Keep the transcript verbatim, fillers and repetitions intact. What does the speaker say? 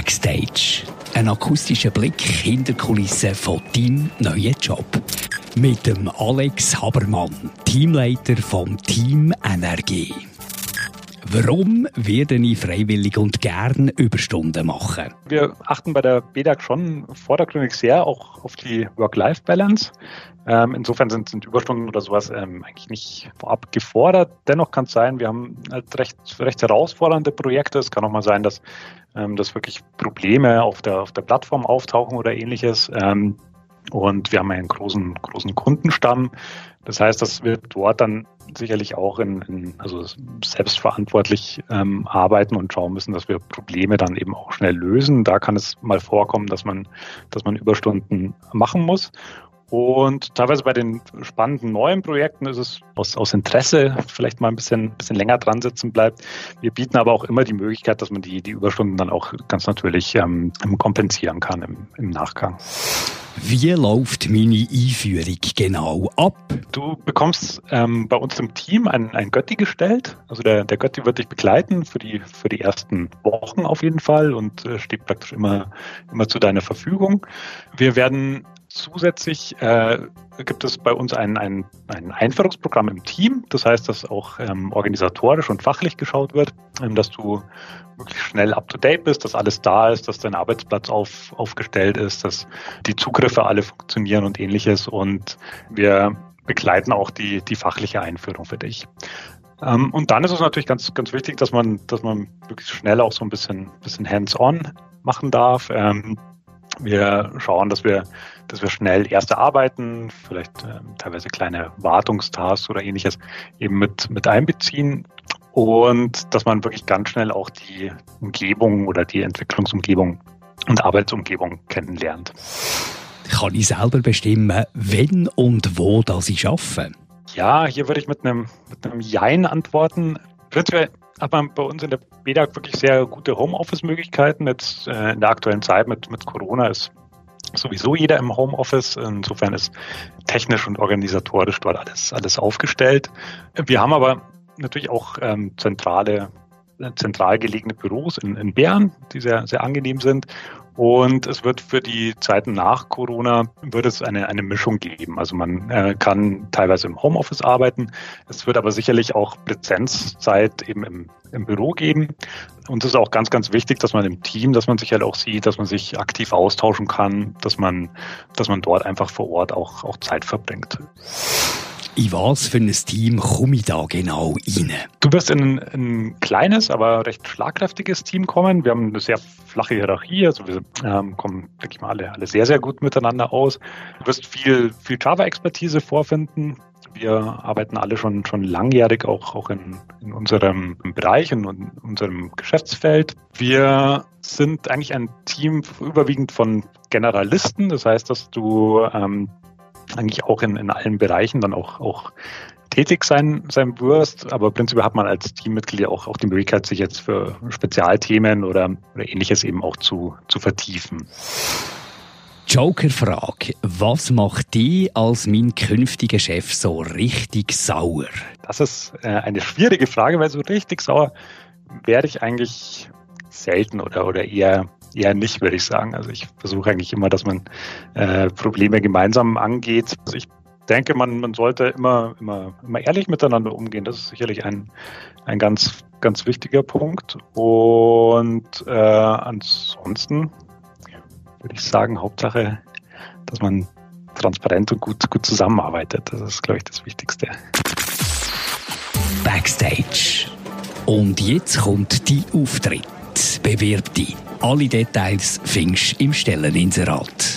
Backstage. Ein akustischer Blick hinter die Kulissen von deinem neuen Job. Mit dem Alex Habermann, Teamleiter vom Team N R G. Warum werde ich freiwillig und gern Überstunden machen? Wir achten bei der B D A G schon vordergründig sehr auch auf die Work-Life-Balance. Ähm, insofern sind, sind Überstunden oder sowas ähm, eigentlich nicht vorab gefordert. Dennoch kann es sein, wir haben halt recht, recht herausfordernde Projekte. Es kann auch mal sein, dass, ähm, dass wirklich Probleme auf der, auf der Plattform auftauchen oder ähnliches. Ähm, und wir haben einen großen, großen Kundenstamm. Das heißt, dass wir dort dann sicherlich auch in, in also selbstverantwortlich ähm, arbeiten und schauen müssen, dass wir Probleme dann eben auch schnell lösen. Da kann es mal vorkommen, dass man, dass man Überstunden machen muss. Und teilweise bei den spannenden neuen Projekten ist es aus, aus Interesse vielleicht mal ein bisschen, bisschen länger dran sitzen bleibt. Wir bieten aber auch immer die Möglichkeit, dass man die, die Überstunden dann auch ganz natürlich ähm, kompensieren kann im, im Nachgang. Wie läuft meine Einführung genau ab? Du bekommst ähm, bei uns im Team ein, ein Götti gestellt. Also der, der Götti wird dich begleiten für die, für die ersten Wochen auf jeden Fall und äh, steht praktisch immer, immer zu deiner Verfügung. Wir werden zusätzlich äh, gibt es bei uns ein, ein, ein Einführungsprogramm im Team. Das heißt, dass auch ähm, organisatorisch und fachlich geschaut wird, ähm, dass du wirklich schnell up-to-date bist, dass alles da ist, dass dein Arbeitsplatz auf, aufgestellt ist, dass die Zugriffe alle funktionieren und ähnliches. Und wir begleiten auch die, die fachliche Einführung für dich. Ähm, und dann ist es natürlich ganz, ganz wichtig, dass man, dass man wirklich schnell auch so ein bisschen, bisschen hands-on machen darf. Ähm, Wir schauen, dass wir, dass wir schnell erste Arbeiten, vielleicht äh, teilweise kleine Wartungstasks oder ähnliches eben mit, mit einbeziehen und dass man wirklich ganz schnell auch die Umgebung oder die Entwicklungsumgebung und Arbeitsumgebung kennenlernt. Kann ich selber bestimmen, wenn und wo das ich arbeite? Ja, hier würde ich mit einem, mit einem Jein antworten. Prinzipiell hat man bei uns in der B D A G wirklich sehr gute Homeoffice-Möglichkeiten. Jetzt äh, in der aktuellen Zeit mit, mit Corona ist sowieso jeder im Homeoffice. Insofern ist technisch und organisatorisch dort alles, alles aufgestellt. Wir haben aber natürlich auch ähm, zentrale, zentral gelegene Büros in, in Bern, die sehr, sehr angenehm sind. Und es wird für die Zeiten nach Corona wird es eine, eine Mischung geben. Also man äh, kann teilweise im Homeoffice arbeiten. Es wird aber sicherlich auch Präsenzzeit eben im, im Büro geben. Und es ist auch ganz, ganz wichtig, dass man im Team, dass man sich halt auch sieht, dass man sich aktiv austauschen kann, dass man, dass man dort einfach vor Ort auch, auch Zeit verbringt. In was für ein Team komme ich da genau rein? Du wirst in ein kleines, aber recht schlagkräftiges Team kommen. Wir haben eine sehr flache Hierarchie, also wir ähm, kommen, denke ich mal, alle, alle sehr, sehr gut miteinander aus. Du wirst viel, viel Java-Expertise vorfinden. Wir arbeiten alle schon, schon langjährig auch, auch in, in unserem Bereich, in unserem Geschäftsfeld. Wir sind eigentlich ein Team überwiegend von Generalisten. Das heißt, dass du ähm, eigentlich auch in, in allen Bereichen dann auch, auch tätig sein, sein wirst. Aber prinzipiell hat man als Teammitglied auch, auch die Möglichkeit, sich jetzt für Spezialthemen oder, oder ähnliches eben auch zu, zu vertiefen. Joker-Frage. Was macht dich als mein künftiger Chef so richtig sauer? Das ist äh, eine schwierige Frage, weil so richtig sauer werde ich eigentlich selten oder, oder eher Eher nicht, würde ich sagen. Also ich versuche eigentlich immer, dass man äh, Probleme gemeinsam angeht. Also ich denke, man, man sollte immer, immer, immer ehrlich miteinander umgehen. Das ist sicherlich ein, ein ganz, ganz wichtiger Punkt. Und äh, ansonsten würde ich sagen, Hauptsache, dass man transparent und gut, gut zusammenarbeitet. Das ist, glaube ich, das Wichtigste. Backstage. Und jetzt kommt die Auftritt. Bewirb dich. Alle Details findest du im Stelleninserat.